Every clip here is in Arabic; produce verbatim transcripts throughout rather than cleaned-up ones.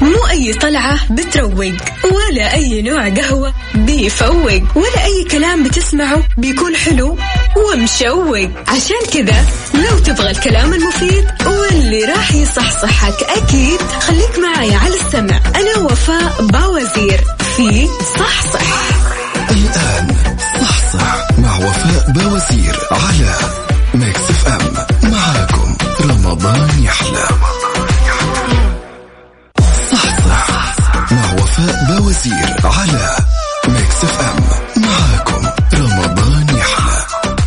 مو أي طلعة بتروق، ولا أي نوع قهوة بيفوق، ولا أي كلام بتسمعه بيكون حلو ومشوق. عشان كذا لو تبغى الكلام المفيد واللي راح يصحصحك أكيد خليك معايا على السمع. أنا وفاء باوزير في صحصح. الآن صحصح مع وفاء باوزير على ميكس اف ام. معاكم رمضان يحلى. صحصح مع وفاء باوزير على ميكس اف ام. معاكم رمضان يحلى.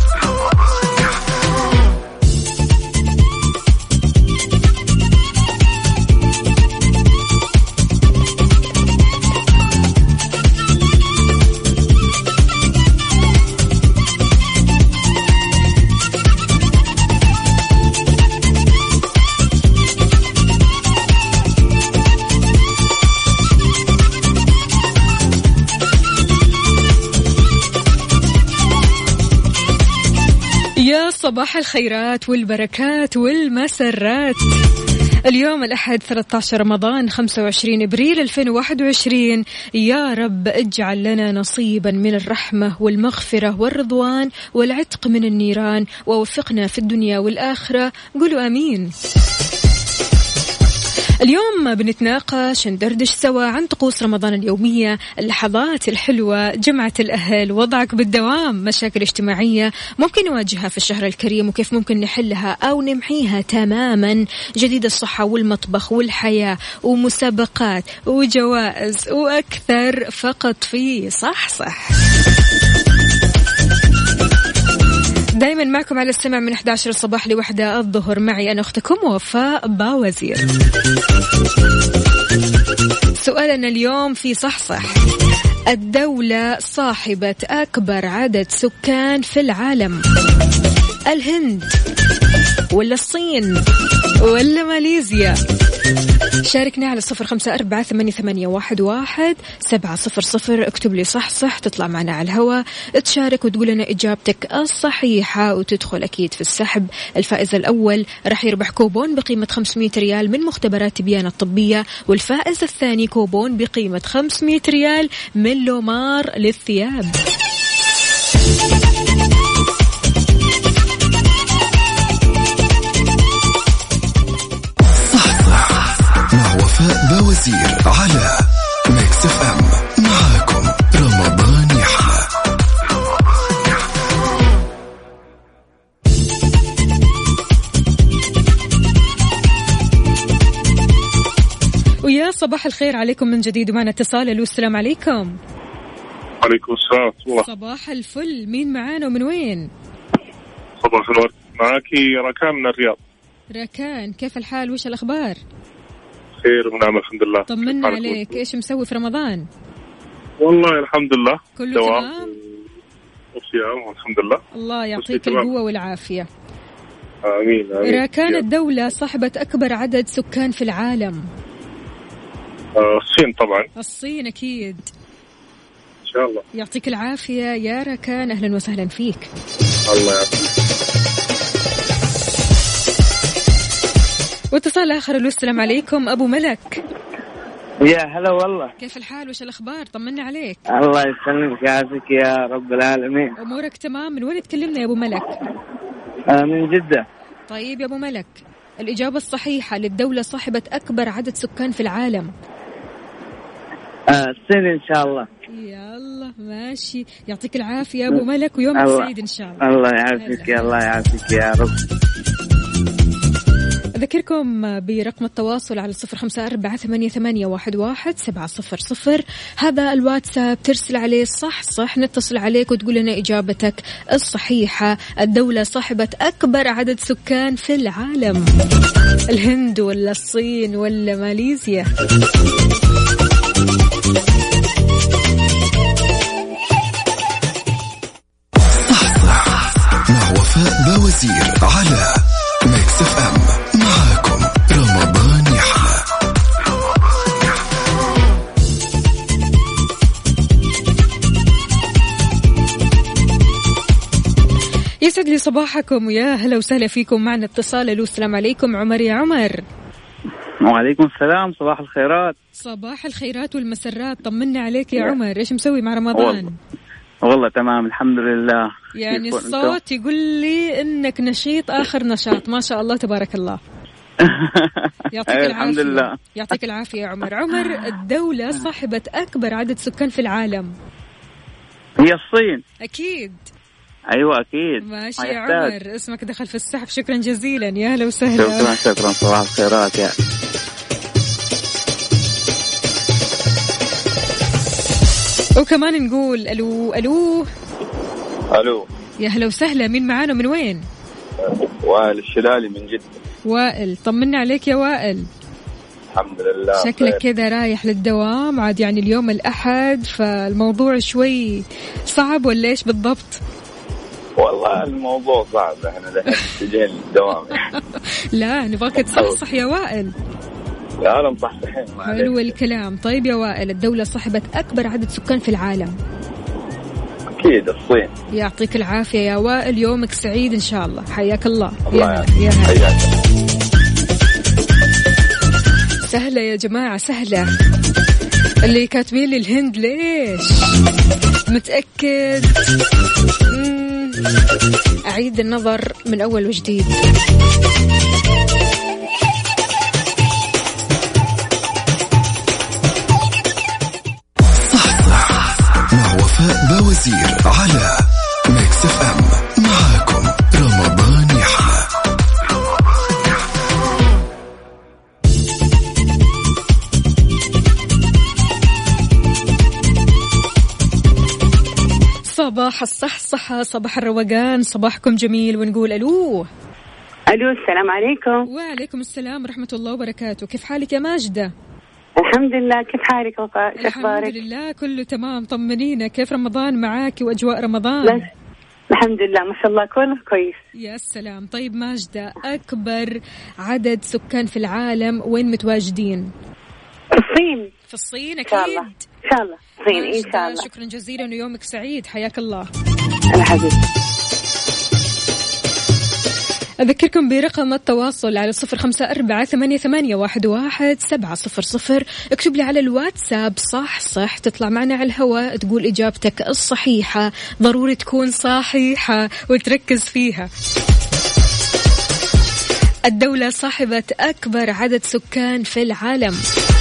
صباح الخيرات والبركات والمسرات. اليوم الأحد ثلاثة عشر رمضان خمسة وعشرين أبريل ألفين وواحد وعشرين. يا رب اجعل لنا نصيبا من الرحمة والمغفرة والرضوان والعتق من النيران، ووفقنا في الدنيا والآخرة. قولوا آمين. اليوم بنتناقش ندردش سوا عن طقوس رمضان اليومية، اللحظات الحلوة، جمعة الأهل، وضعك بالدوام، مشاكل اجتماعية ممكن نواجهها في الشهر الكريم وكيف ممكن نحلها أو نمحيها تماما، جديد الصحة والمطبخ والحياة ومسابقات وجوائز وأكثر فقط في صح صح. دايما معكم على السمع من أحد عشر الصباح لوحدة الظهر، معي أنا أختكم وفاء باوزير. سؤالنا اليوم في صحصح: الدولة صاحبة أكبر عدد سكان في العالم، الهند ولا الصين ولا ماليزيا؟ شاركنا على صفر خمسة أربعة ثمانية ثمانية واحد واحد سبعة صفر صفر. اكتب لي صح صح تطلع معنا على الهواء، تشارك وتقول لنا إجابتك الصحيحة وتدخل أكيد في السحب. الفائز الأول راح يربح كوبون بقيمة خمسمية ريال من مختبرات تبيان الطبية، والفائز الثاني كوبون بقيمة خمسمية ريال من لومار للثياب. وفاء باوزير على ميكس اف ام. معاكم رمضان يحلى. ويا صباح الخير عليكم من جديد، ومعنا اتصال. الو السلام عليكم. وعليكم السلام. صباح الفل، مين معانا ومن وين؟ صباح الورد، معاكي ركان من الرياض. ركان، كيف الحال وش الأخبار؟ خير ونعم الحمد لله. طمنا عليك، ايش مسوي في رمضان؟ والله الحمد لله كله تمام وصيام والحمد لله. الله يعطيك القوة والعافية. آمين آمين. ركان، الدولة صاحبة أكبر عدد سكان في العالم؟ آه الصين طبعا. الصين أكيد إن شاء الله. يعطيك العافية يا ركان، أهلا وسهلا فيك. الله يعافيك. واتصال آخر. السلام عليكم أبو ملك. يا هلا والله، كيف الحال وش الأخبار؟ طمنا عليك. الله يسلمك يعافيك يا رب العالمين. أمورك تمام؟ من وين تكلمنا يا أبو ملك؟ آه من جدة. طيب يا أبو ملك، الإجابة الصحيحة للدولة صاحبة أكبر عدد سكان في العالم؟ آه الصين إن شاء الله. يلا ماشي، يعطيك العافية يا أبو ملك ويومك سعيد إن شاء الله. الله يعافيك يا الله يعافيك يا رب. أذكركم برقم التواصل على صفر خمسة أربعة ثمانية ثمانية واحد واحد سبعة صفر صفر. هذا الواتساب ترسل عليه صح صح، نتصل عليك وتقول لنا إجابتك الصحيحة. الدولة صاحبة أكبر عدد سكان في العالم، الهند ولا الصين ولا ماليزيا؟ مع وفاء باوزير على ميكس اف ام. معاكم رمضان يحلى. يسعد لي صباحكم ويا هلا وسهلا فيكم. معنا اتصال. الو السلام عليكم. عمر يا عمر. وعليكم السلام، صباح الخيرات. صباح الخيرات والمسرات، طمنا عليك يا عمر، ايش مسوي مع رمضان؟ والله, والله تمام الحمد لله. يعني الصوت يقول لي انك نشيط اخر نشاط، ما شاء الله تبارك الله. يعطيك العافية. الحمد لله. يعطيك العافية يا عمر. عمر، الدولة صاحبة أكبر عدد سكان في العالم هي الصين. أكيد. أيوة أكيد. ماشي يا عمر، اسمك دخل في السحب، شكرا جزيلا، يا هلا وسهلا. شكرا شكرا، صباح الخيرات يا. وكمان نقول ألو ألو ألو، يا هلا وسهلا، مين معانا من وين؟ وائل الشلالي من جدة. وائل، طمنا عليك يا وائل. الحمد لله. شكلك كذا رايح للدوام عاد، يعني اليوم الأحد فالموضوع شوي صعب ولا إيش بالضبط؟ والله الموضوع صعب، احنا دحين اتجهنا للدوام. لا نبغاك تصحصح يا وائل. لا لا مصحصحين. حلو الكلام. طيب يا وائل، الدولة صاحبة أكبر عدد سكان في العالم؟ أكيد الصين. يعطيك العافية يا وائل، يومك سعيد إن شاء الله، حياك الله. الله يا هلا. سهلة يا جماعة، سهلة. اللي كاتبين لي الهند ليش؟ متأكد؟ مم. أعيد النظر من أول وجديد. صح صح مع وفاء باوزير على ميكس اف ام. معاكم رمضان يحلى. صباح الصحصحة، صباح الروقان، صباحكم جميل. ونقول ألو ألو، السلام عليكم. وعليكم السلام ورحمة الله وبركاته. كيف حالك يا ماجدة؟ الحمد لله، كيف حالك وفاء؟ كيف أخبارك؟ الحمد لله كله تمام. طمنينا، كيف رمضان معاك وأجواء رمضان؟ بس. الحمد لله ما شاء الله كله كويس. يا سلام. طيب ماجدة، أكبر عدد سكان في العالم وين متواجدين؟ في الصين. في الصين أكيد. إن شاء الله إن شاء الله الصين إن شاء الله. شكرا جزيلا ويومك سعيد، حياك الله. أنا حبيبي. أذكركم برقم التواصل على صفر خمسة أربعة ثمانية ثمانية واحد واحد سبعة صفر صفر. اكتب لي على الواتساب صح صح، تطلع معنا على الهواء تقول إجابتك الصحيحة، ضروري تكون صحيحة وتركز فيها. الدولة صاحبة أكبر عدد سكان في العالم.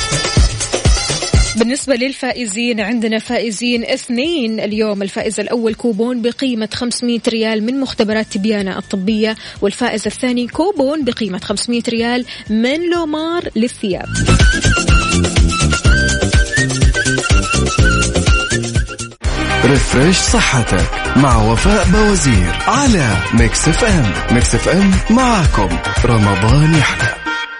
بالنسبة للفائزين، عندنا فائزين اثنين اليوم. الفائز الأول كوبون بقيمة خمسمائة ريال من مختبرات تبيانة الطبية، والفائز الثاني كوبون بقيمة خمسمائة ريال من لومار للثياب. ريفريش صحتك مع وفاء باوزير على ميكس اف ام. ميكس اف ام معاكم رمضان يحلى.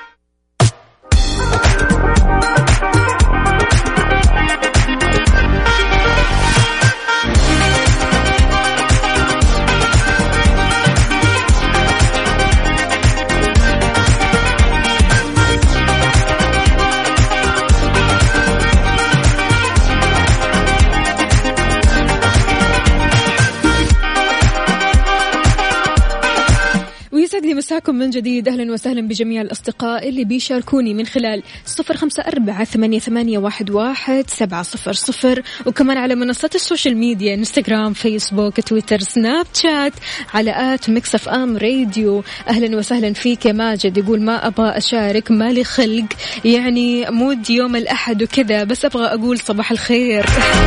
مساكم من جديد، أهلا وسهلا بجميع الأصدقاء اللي بيشاركوني من خلال صفر خمسة أربعة ثمانية ثمانية واحد واحد سبعة صفر صفر، وكمان على منصات السوشيال ميديا انستغرام فيسبوك تويتر سناب شات على آت ميكس اف ام راديو. أهلا وسهلا فيك يا ماجد. يقول ما أبغى أشارك، مالي خلق، يعني مود يوم الأحد وكذا، بس أبغى أقول صباح الخير.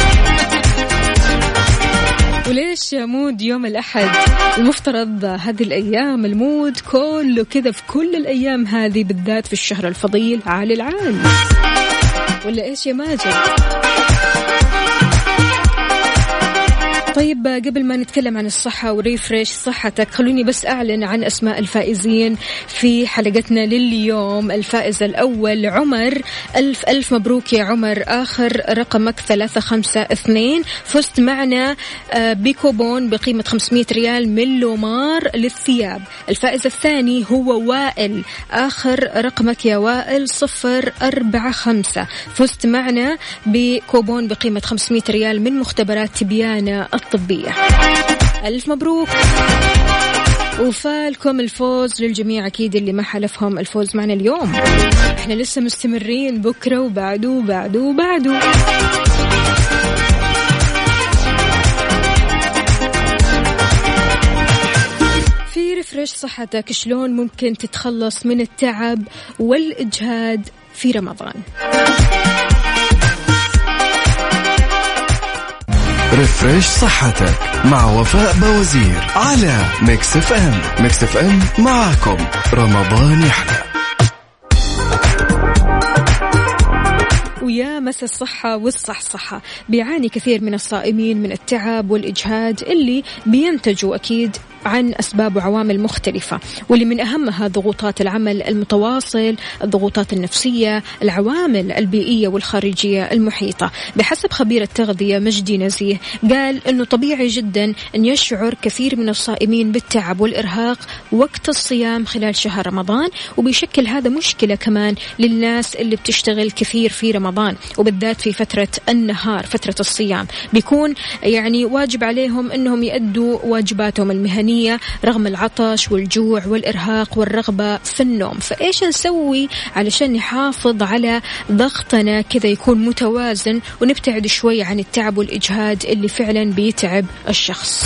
وليش مود يوم الأحد؟ المفترض هذه الأيام المود كله كذا في كل الأيام هذه، بالذات في الشهر الفضيل عالي العال، ولا إيش يا ماجد؟ طيب قبل ما نتكلم عن الصحة وريفريش صحتك، خلوني بس أعلن عن أسماء الفائزين في حلقتنا لليوم. الفائز الأول عمر، ألف ألف مبروك يا عمر، آخر رقمك ثلاثة خمسة اثنين، فزت معنا بكوبون بقيمة خمسمائة ريال من لومار للثياب. الفائز الثاني هو وائل، آخر رقمك يا وائل صفر أربعة خمسة، فزت معنا بكوبون بقيمة خمسمائة ريال من مختبرات تبيانة الطبية. ألف مبروك. وفالكم الفوز للجميع أكيد اللي ما حلفهم الفوز معنا اليوم. احنا لسه مستمرين بكرة وبعده وبعده وبعده. في ريفرش صحتك، شلون ممكن تتخلص من التعب والإجهاد في رمضان. ريفرش صحتك مع وفاء بوزير على ميكس اف ام. ميكس اف ام معاكم رمضان يحلى. ويا مس الصحة والصحصحة، بيعاني كثير من الصائمين من التعب والإجهاد اللي بينتجوا أكيد عن أسباب وعوامل مختلفة، واللي من أهمها ضغوطات العمل المتواصل، الضغوطات النفسية، العوامل البيئية والخارجية المحيطة. بحسب خبير التغذية مجدي نزيه قال أنه طبيعي جدا أن يشعر كثير من الصائمين بالتعب والإرهاق وقت الصيام خلال شهر رمضان، وبيشكل هذا مشكلة كمان للناس اللي بتشتغل كثير في رمضان، وبالذات في فترة النهار فترة الصيام بيكون يعني واجب عليهم أنهم يؤدوا واجباتهم المهنية رغم العطش والجوع والإرهاق والرغبة في النوم. فإيش نسوي علشان نحافظ على ضغطنا كذا يكون متوازن ونبتعد شوي عن التعب والإجهاد اللي فعلا بيتعب الشخص؟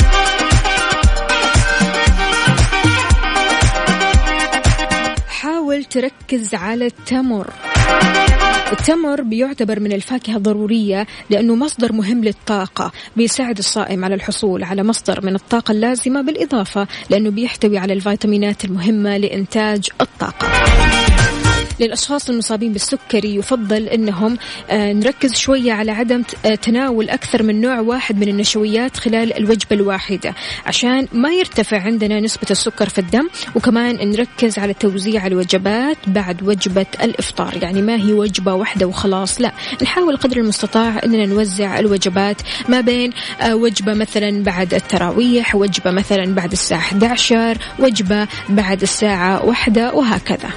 حاول تركز على التمر. التمر بيعتبر من الفاكهة ضرورية لأنه مصدر مهم للطاقة، بيساعد الصائم على الحصول على مصدر من الطاقة اللازمة، بالإضافة لأنه بيحتوي على الفيتامينات المهمة لإنتاج الطاقة. للأشخاص المصابين بالسكري يفضل أنهم نركز شوية على عدم تناول أكثر من نوع واحد من النشويات خلال الوجبة الواحدة عشان ما يرتفع عندنا نسبة السكر في الدم، وكمان نركز على توزيع الوجبات بعد وجبة الإفطار، يعني ما هي وجبة واحدة وخلاص، لا، نحاول قدر المستطاع أننا نوزع الوجبات ما بين وجبة مثلا بعد التراويح، وجبة مثلا بعد الساعة إحدى عشر، وجبة بعد الساعة واحدة، وهكذا.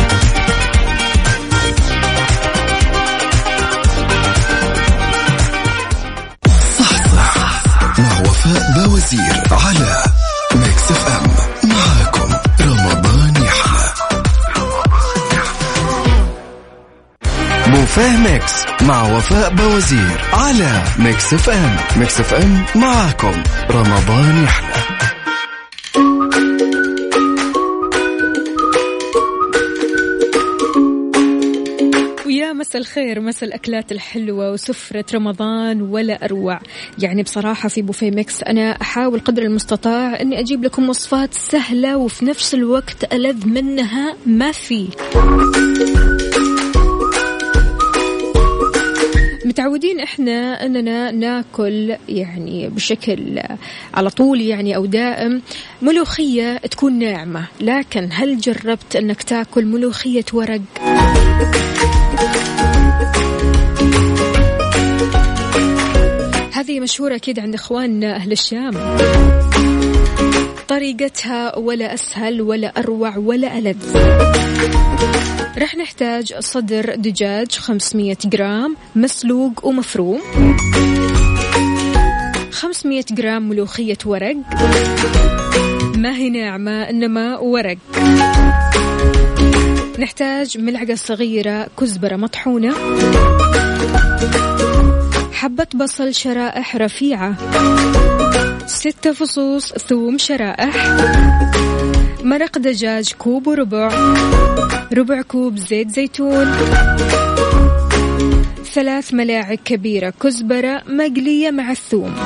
وفاء بوزير على ميكس اف ام. معاكم رمضان يحلى. بوفيه ميكس مع وفاء بوزير على ميكس اف ام. ميكس اف ام معاكم رمضان يحلى. مساء الخير، مساء الأكلات الحلوة وسفرة رمضان ولا أروع. يعني بصراحة في بوفيه ميكس أنا أحاول قدر المستطاع أني أجيب لكم وصفات سهلة وفي نفس الوقت ألذ منها ما في. متعودين إحنا أننا ناكل يعني بشكل على طول يعني أو دائم ملوخية تكون ناعمة، لكن هل جربت أنك تاكل ملوخية ورق؟ هذه مشهورة أكيد عند إخواننا أهل الشام. طريقتها ولا أسهل ولا أروع ولا ألذ. رح نحتاج صدر دجاج خمسمية جرام مسلوق ومفروم، خمسمية جرام ملوخية ورق ما هي ناعمة إنما ورق. نحتاج ملعقة صغيرة كزبرة مطحونة، حبة بصل شرائح رفيعة، ستة فصوص ثوم شرائح، مرق دجاج كوب وربع، ربع كوب زيت زيتون، ثلاث ملاعق كبيرة كزبرة مقلية مع الثوم.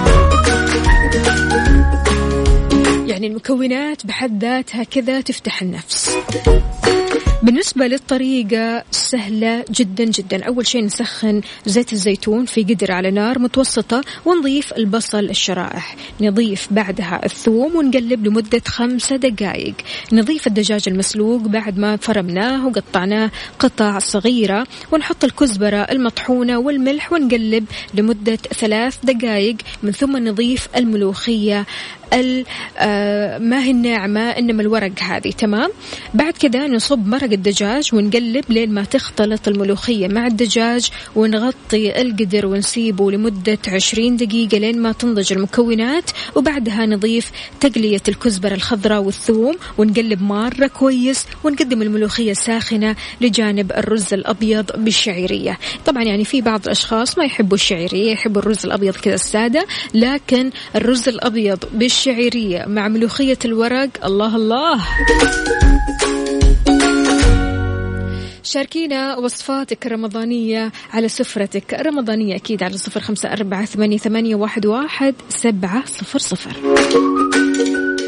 يعني المكونات بحد ذاتها كذا تفتح النفس. بالنسبة للطريقة سهلة جدا جدا. أول شيء نسخن زيت الزيتون في قدر على نار متوسطة ونضيف البصل الشرائح، نضيف بعدها الثوم ونقلب لمدة خمسة دقائق. نضيف الدجاج المسلوق بعد ما فرمناه وقطعناه قطع صغيرة، ونحط الكزبرة المطحونة والملح ونقلب لمدة ثلاث دقائق. من ثم نضيف الملوخية ما هي الناعمة إنما الورق هذه. تمام. بعد كذا نصب مرق الدجاج ونقلب لين ما تختلط الملوخية مع الدجاج، ونغطي القدر ونسيبه لمدة عشرين دقيقة لين ما تنضج المكونات، وبعدها نضيف تقلية الكزبرة الخضراء والثوم ونقلب مرة كويس، ونقدم الملوخية ساخنة لجانب الرز الأبيض بالشعيرية. طبعا يعني في بعض الأشخاص ما يحبوا الشعيرية، يحبوا الرز الأبيض كذا السادة، لكن الرز الأبيض بالشعيرية مع ملوخية الورق الله الله. شاركينا وصفاتك الرمضانية على سفرتك الرمضانية أكيد على صفر خمسة أربعة ثمانية ثمانية واحد واحد سبعة صفر صفر.